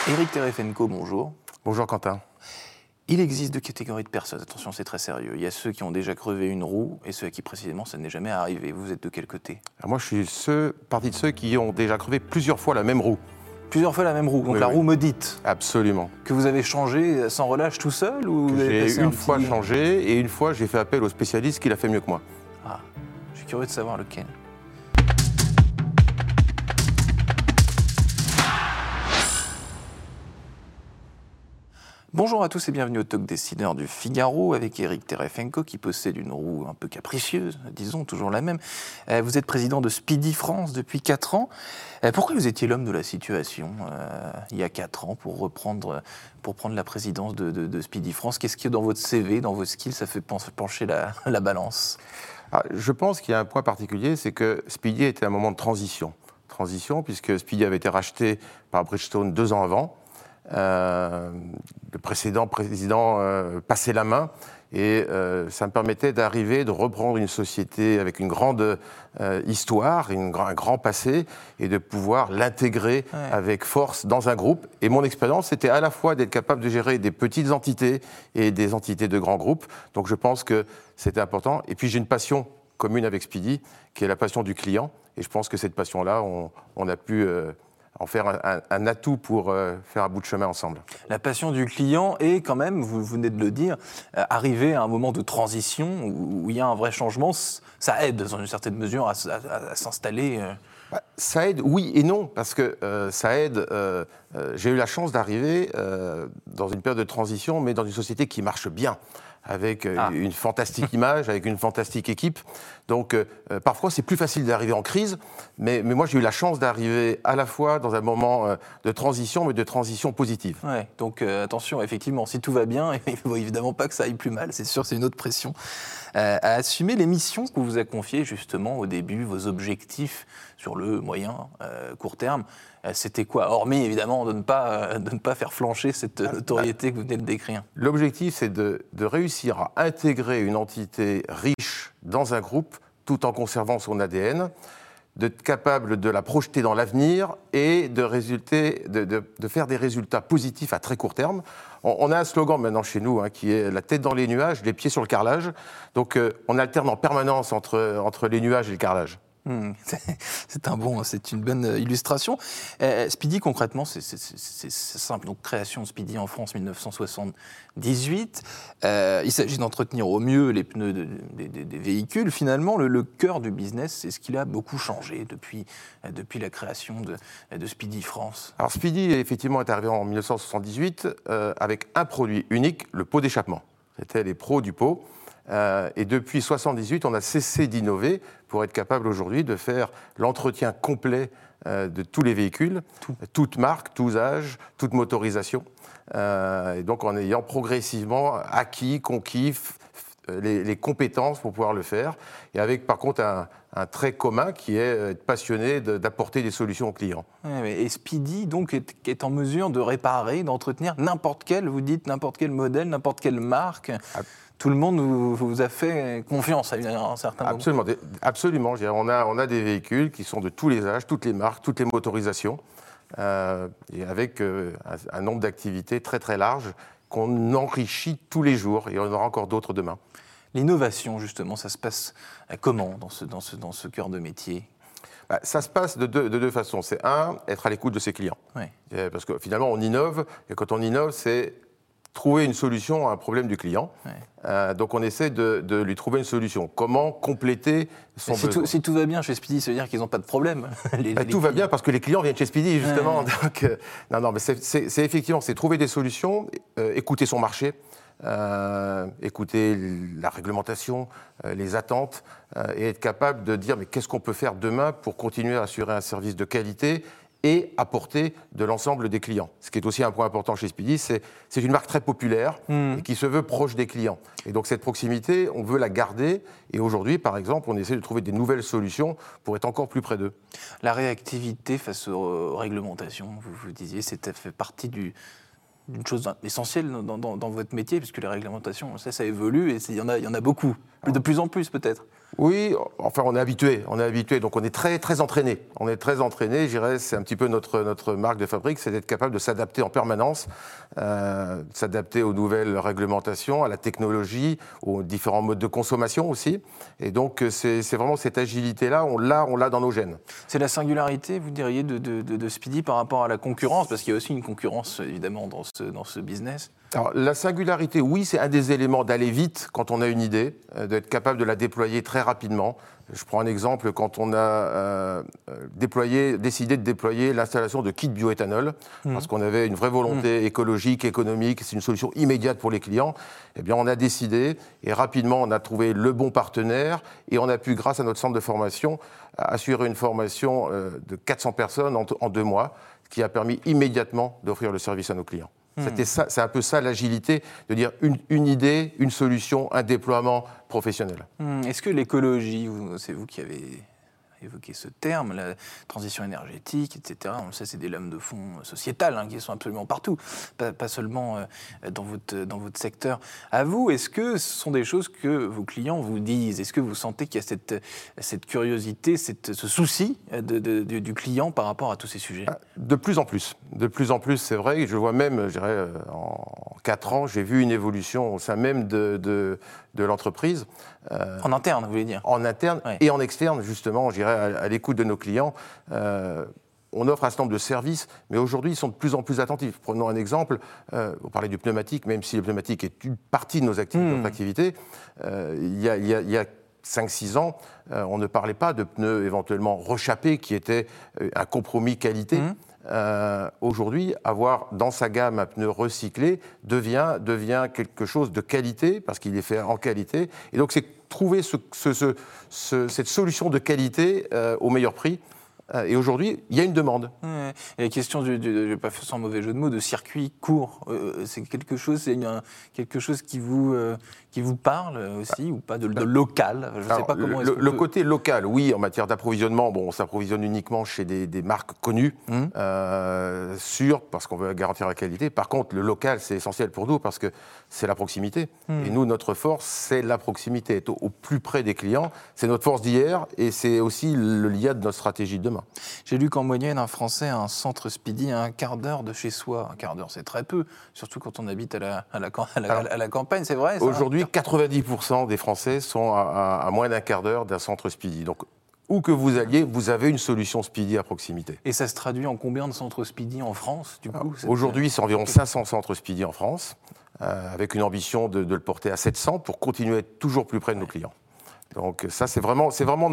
Éric Terefenko, bonjour. Bonjour Quentin. Il existe deux catégories de personnes, attention c'est très sérieux. Il y a ceux qui ont déjà crevé une roue et ceux à qui précisément ça n'est jamais arrivé. Vous êtes de quel côté? Alors moi je suis partie de ceux qui ont déjà crevé plusieurs fois la même roue. Plusieurs fois la même roue, donc Oui, la oui. roue maudite. Absolument. Que vous avez changée sans relâche tout seul ou vous avez J'ai passé une un fois petit... changé et une fois j'ai fait appel au spécialiste qui l'a fait mieux que moi. Ah, je suis curieux de savoir lequel. Bonjour à tous et bienvenue au Talk Décideur du Figaro avec Éric Terefenko qui possède une roue un peu capricieuse, disons, toujours la même. Vous êtes président de Speedy France depuis 4 ans. Pourquoi vous étiez l'homme de la situation il y a 4 ans pour prendre la présidence de Speedy France? Qu'est-ce que dans votre CV, dans vos skills, ça fait pencher la balance? Je pense qu'il y a un point particulier, c'est que Speedy était un moment de transition. Transition puisque Speedy avait été racheté par Bridgestone 2 ans avant. Le précédent président passait la main et ça me permettait d'arriver, de reprendre une société avec une grande histoire, un grand passé et de pouvoir l'intégrer avec force dans un groupe. Et mon expérience, c'était à la fois d'être capable de gérer des petites entités et des entités de grands groupes. Donc je pense que c'était important. Et puis j'ai une passion commune avec Speedy, qui est la passion du client. Et je pense que cette passion-là, on a pu... en faire un atout pour faire un bout de chemin ensemble. La passion du client est quand même, vous venez de le dire, arriver à un moment de transition où il y a un vrai changement, ça aide dans une certaine mesure à s'installer. Ça aide, oui et non, parce que ça aide. J'ai eu la chance d'arriver dans une période de transition, mais dans une société qui marche bien, avec une fantastique image, avec une fantastique équipe. Donc parfois c'est plus facile d'arriver en crise, mais moi j'ai eu la chance d'arriver à la fois dans un moment de transition, mais de transition positive. Ouais, donc attention, effectivement, si tout va bien, il ne faut évidemment pas que ça aille plus mal, c'est sûr, c'est une autre pression. À assumer les missions que vous a confiées justement au début, vos objectifs sur le moyen, court terme, c'était quoi? Hormis évidemment de ne pas faire flancher cette notoriété que vous venez de décrire. L'objectif, c'est de réussir à intégrer une entité riche dans un groupe tout en conservant son ADN, d'être capable de la projeter dans l'avenir et de faire des résultats positifs à très court terme. On a un slogan maintenant chez nous qui est la tête dans les nuages, les pieds sur le carrelage. Donc on alterne en permanence entre les nuages et le carrelage. C'est une bonne illustration. Speedy, concrètement, c'est simple. Donc, création de Speedy en France, 1978. Il s'agit d'entretenir au mieux les pneus des véhicules. Finalement, le cœur du business, c'est ce qu'il a beaucoup changé depuis la création de Speedy France. Alors, Speedy, effectivement, est arrivé en 1978 avec un produit unique, le pot d'échappement. C'était les pros du pot. Et depuis 1978, on a cessé d'innover pour être capable aujourd'hui de faire l'entretien complet de tous les véhicules, toutes marques, tous âges, toute motorisation. Et donc en ayant progressivement conquis les compétences pour pouvoir le faire. Et avec par contre un trait commun qui est être passionné d'apporter des solutions aux clients. Et Speedy donc est en mesure de réparer, d'entretenir n'importe quel modèle, n'importe quelle marque. Tout le monde vous a fait confiance à un certain moment. Absolument. On a des véhicules qui sont de tous les âges, toutes les marques, toutes les motorisations, et avec un nombre d'activités très très large qu'on enrichit tous les jours, et on en aura encore d'autres demain. L'innovation, justement, ça se passe comment dans ce cœur de métier ? Ça se passe de deux façons. C'est être à l'écoute de ses clients. Ouais. Parce que finalement, on innove, et quand on innove, c'est trouver une solution à un problème du client. Ouais. Donc on essaie de lui trouver une solution. Comment compléter son besoin. Si tout va bien chez Speedy, ça veut dire qu'ils n'ont pas de problème. Tout va bien parce que les clients viennent chez Speedy, justement. Ouais. Donc, mais c'est effectivement, c'est trouver des solutions, écouter son marché, écouter la réglementation, les attentes, et être capable de dire mais qu'est-ce qu'on peut faire demain pour continuer à assurer un service de qualité et apporter de l'ensemble des clients. Ce qui est aussi un point important chez Speedy, c'est une marque très populaire et qui se veut proche des clients. Et donc cette proximité, on veut la garder. Et aujourd'hui, par exemple, on essaie de trouver des nouvelles solutions pour être encore plus près d'eux. La réactivité face aux réglementations, vous disiez, ça fait partie d'une chose essentielle dans votre métier, puisque les réglementations, ça évolue et il y en a beaucoup, de plus en plus peut-être. Oui, enfin on est habitué, donc on est très très entraîné. On est très entraîné, je dirais, c'est un petit peu notre marque de fabrique, c'est d'être capable de s'adapter en permanence, s'adapter aux nouvelles réglementations, à la technologie, aux différents modes de consommation aussi. Et donc c'est vraiment cette agilité-là, on l'a dans nos gènes. C'est la singularité, vous diriez, de Speedy par rapport à la concurrence, parce qu'il y a aussi une concurrence évidemment dans ce business. Alors, la singularité, oui, c'est un des éléments d'aller vite quand on a une idée, d'être capable de la déployer très rapidement. Je prends un exemple, quand on a décidé de déployer l'installation de kits bioéthanol, parce qu'on avait une vraie volonté écologique, économique, c'est une solution immédiate pour les clients, eh bien on a décidé, et rapidement on a trouvé le bon partenaire, et on a pu, grâce à notre centre de formation, assurer une formation de 400 personnes en 2 mois, ce qui a permis immédiatement d'offrir le service à nos clients. C'était ça, c'est un peu ça l'agilité, de dire une idée, une solution, un déploiement professionnel. Est-ce que l'écologie, c'est vous qui avez évoqué ce terme, la transition énergétique, etc., on le sait, c'est des lames de fond sociétales qui sont absolument partout, pas seulement dans votre secteur. À vous, est-ce que ce sont des choses que vos clients vous disent ? Est-ce que vous sentez qu'il y a cette curiosité, ce souci du client par rapport à tous ces sujets ? De plus en plus, c'est vrai. Je vois même, je dirais, en 4 ans, j'ai vu une évolution au sein même de l'entreprise. En interne, vous voulez dire ? En interne et en externe, justement, je dirais, à l'écoute de nos clients. On offre un certain nombre de services, mais aujourd'hui, ils sont de plus en plus attentifs. Prenons un exemple, on parlait du pneumatique, même si le pneumatique est une partie de notre activité. Il y a 5-6 ans, on ne parlait pas de pneus éventuellement rechappés, qui était un compromis qualité. Aujourd'hui, avoir dans sa gamme un pneu recyclé devient quelque chose de qualité, parce qu'il est fait en qualité. Et donc, c'est trouver cette solution de qualité au meilleur prix. Et aujourd'hui, il y a une demande. Et la question je pas sans mauvais jeu de mots, de circuit court, c'est quelque chose qui vous parle aussi, ou pas, de local. Je ne sais pas comment. Le côté local, oui, en matière d'approvisionnement, on s'approvisionne uniquement chez des marques connues, sûres, parce qu'on veut garantir la qualité. Par contre, le local, c'est essentiel pour nous parce que c'est la proximité. Et nous, notre force, c'est la proximité, être au plus près des clients. C'est notre force d'hier et c'est aussi le lien de notre stratégie de demain. J'ai lu qu'en moyenne, un Français a un centre Speedy à 1/4 d'heure de chez soi. 1/4 d'heure, c'est très peu, surtout quand on habite à la campagne, c'est vrai ça ? Aujourd'hui, 90% des Français sont à moins d'1/4 d'heure d'un centre Speedy. Donc, où que vous alliez, vous avez une solution Speedy à proximité. Et ça se traduit en combien de centres Speedy en France, du coup ? Aujourd'hui, c'est environ 500 centres Speedy en France, avec une ambition de le porter à 700 pour continuer à être toujours plus près de nos clients. Donc ça, c'est vraiment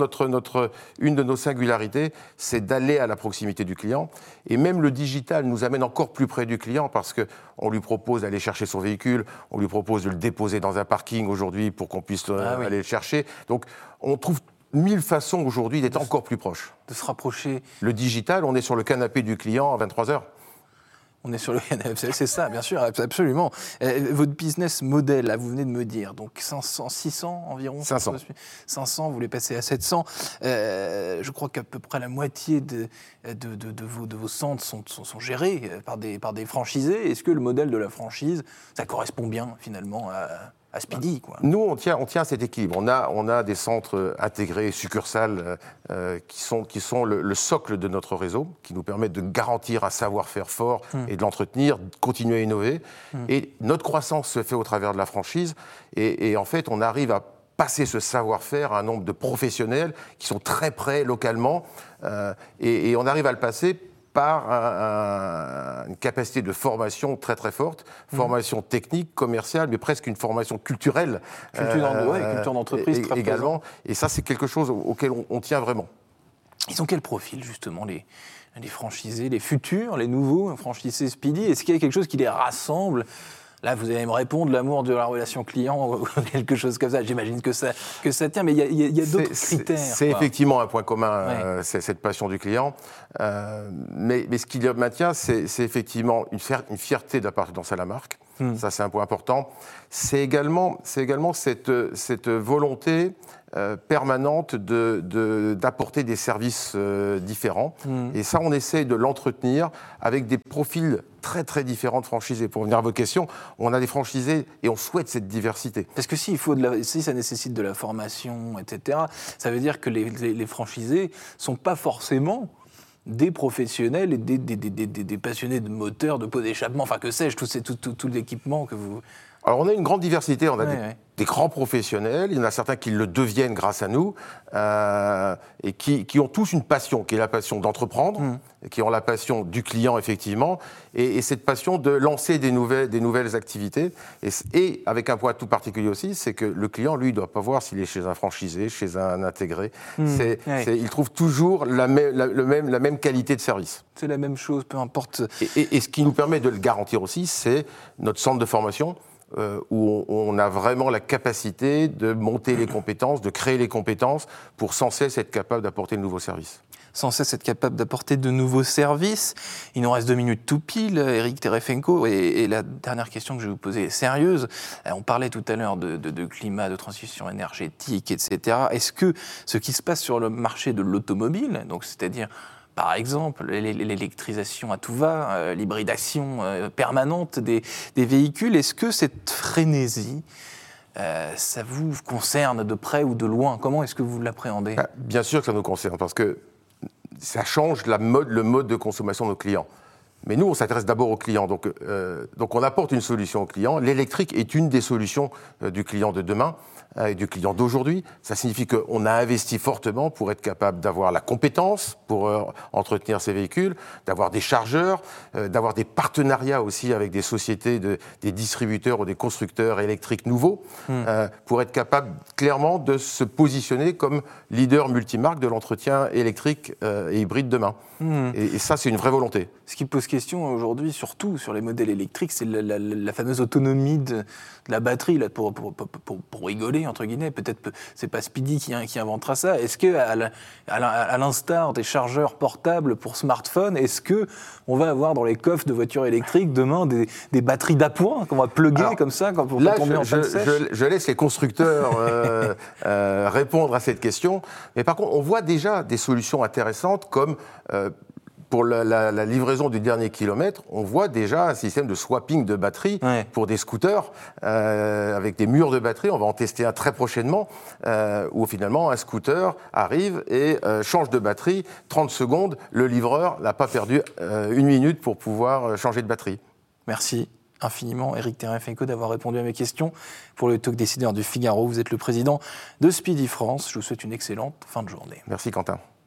une de nos singularités, c'est d'aller à la proximité du client. Et même le digital nous amène encore plus près du client parce qu'on lui propose d'aller chercher son véhicule, on lui propose de le déposer dans un parking aujourd'hui pour qu'on puisse aller le chercher. Donc on trouve 1000 façons aujourd'hui d'être encore plus proche. De se rapprocher. Le digital, on est sur le canapé du client à 23 heures. On est sur le canapé, c'est ça, bien sûr, absolument. Votre business model, là, vous venez de me dire, donc 600 environ 500, vous voulez passer à 700. Je crois qu'à peu près la moitié de vos centres sont gérés par des franchisés. Est-ce que le modèle de la franchise, ça correspond bien, finalement, à Speedy, quoi. Nous, on tient à cet équilibre. On a des centres intégrés, succursales, qui sont le socle de notre réseau, qui nous permettent de garantir un savoir-faire fort et de l'entretenir, de continuer à innover. Et notre croissance se fait au travers de la franchise. Et en fait, on arrive à passer ce savoir-faire à un nombre de professionnels qui sont très près localement. Et on arrive à le passer par une capacité de formation très très forte, formation technique, commerciale, mais presque une formation culturelle. Culture d'entreprise très également. Et ça, c'est quelque chose auquel on tient vraiment. Ils ont quel profil, justement, les franchisés, les futurs, les nouveaux franchisés Speedy ? Est-ce qu'il y a quelque chose qui les rassemble ? Là, vous allez me répondre l'amour de la relation client ou quelque chose comme ça. J'imagine que ça tient, mais il y a d'autres critères. C'est effectivement un point commun, cette passion du client. Mais ce qui le maintient, c'est effectivement une fierté d'appartenance à la marque. Ça, c'est un point important. C'est également cette volonté permanente d'apporter des services différents. Et ça, on essaie de l'entretenir avec des profils très, très différents de franchisés. Pour revenir à votre question, on a des franchisés et on souhaite cette diversité. Parce que si ça nécessite de la formation, etc., ça veut dire que les franchisés ne sont pas forcément des professionnels et des passionnés de moteurs, de pots d'échappement, enfin que sais-je, tout l'équipement que vous... Alors on a une grande diversité, on a des grands professionnels, il y en a certains qui le deviennent grâce à nous, et qui ont tous une passion, qui est la passion d'entreprendre, qui ont la passion du client effectivement, et cette passion de lancer des nouvelles activités, et avec un point tout particulier aussi, c'est que le client, lui, ne doit pas voir s'il est chez un franchisé, chez un intégré, il trouve toujours la même qualité de service. C'est la même chose, peu importe. Et ce qui nous permet de le garantir aussi, c'est notre centre de formation, où on a vraiment la capacité de monter les compétences, de créer les compétences pour sans cesse être capable d'apporter de nouveaux services. Sans cesse être capable d'apporter de nouveaux services. Il nous reste 2 minutes tout pile, Éric Terefenko, et la dernière question que je vais vous poser est sérieuse. On parlait tout à l'heure de climat, de transition énergétique, etc. Est-ce que ce qui se passe sur le marché de l'automobile, donc c'est-à-dire par exemple, l'électrisation à tout va, l'hybridation permanente des véhicules. Est-ce que cette frénésie, ça vous concerne de près ou de loin? Comment est-ce que vous l'appréhendez? Bien sûr que ça nous concerne, parce que ça change le mode de consommation de nos clients. Mais nous, on s'intéresse d'abord aux clients. Donc on apporte une solution aux clients. L'électrique est une des solutions du client de demain, du client d'aujourd'hui. Ça signifie qu'on a investi fortement pour être capable d'avoir la compétence pour entretenir ces véhicules, d'avoir des chargeurs, d'avoir des partenariats aussi avec des sociétés, des distributeurs ou des constructeurs électriques nouveaux, pour être capable clairement de se positionner comme leader multimarque de l'entretien électrique et hybride demain. Et ça, c'est une vraie volonté. Ce qui pose question aujourd'hui, surtout sur les modèles électriques, c'est la fameuse autonomie de la batterie, là, pour rigoler, entre guillemets. Peut-être c'est pas Speedy qui inventera ça. Est-ce que, à l'instar des chargeurs portables pour smartphones, est-ce que on va avoir dans les coffres de voitures électriques demain des batteries d'appoint qu'on va plugger comme ça quand on tomber en panne sèche? Je laisse les constructeurs répondre à cette question. Mais par contre, on voit déjà des solutions intéressantes comme pour la livraison du dernier kilomètre, on voit déjà un système de swapping de batteries pour des scooters avec des murs de batterie. On va en tester un très prochainement où finalement un scooter arrive et change de batterie. 30 secondes, le livreur n'a pas perdu 1 minute pour pouvoir changer de batterie. Merci infiniment, Éric Terefenko, d'avoir répondu à mes questions. Pour le Talk Décideur du Figaro, vous êtes le président de Speedy France. Je vous souhaite une excellente fin de journée. Merci Quentin.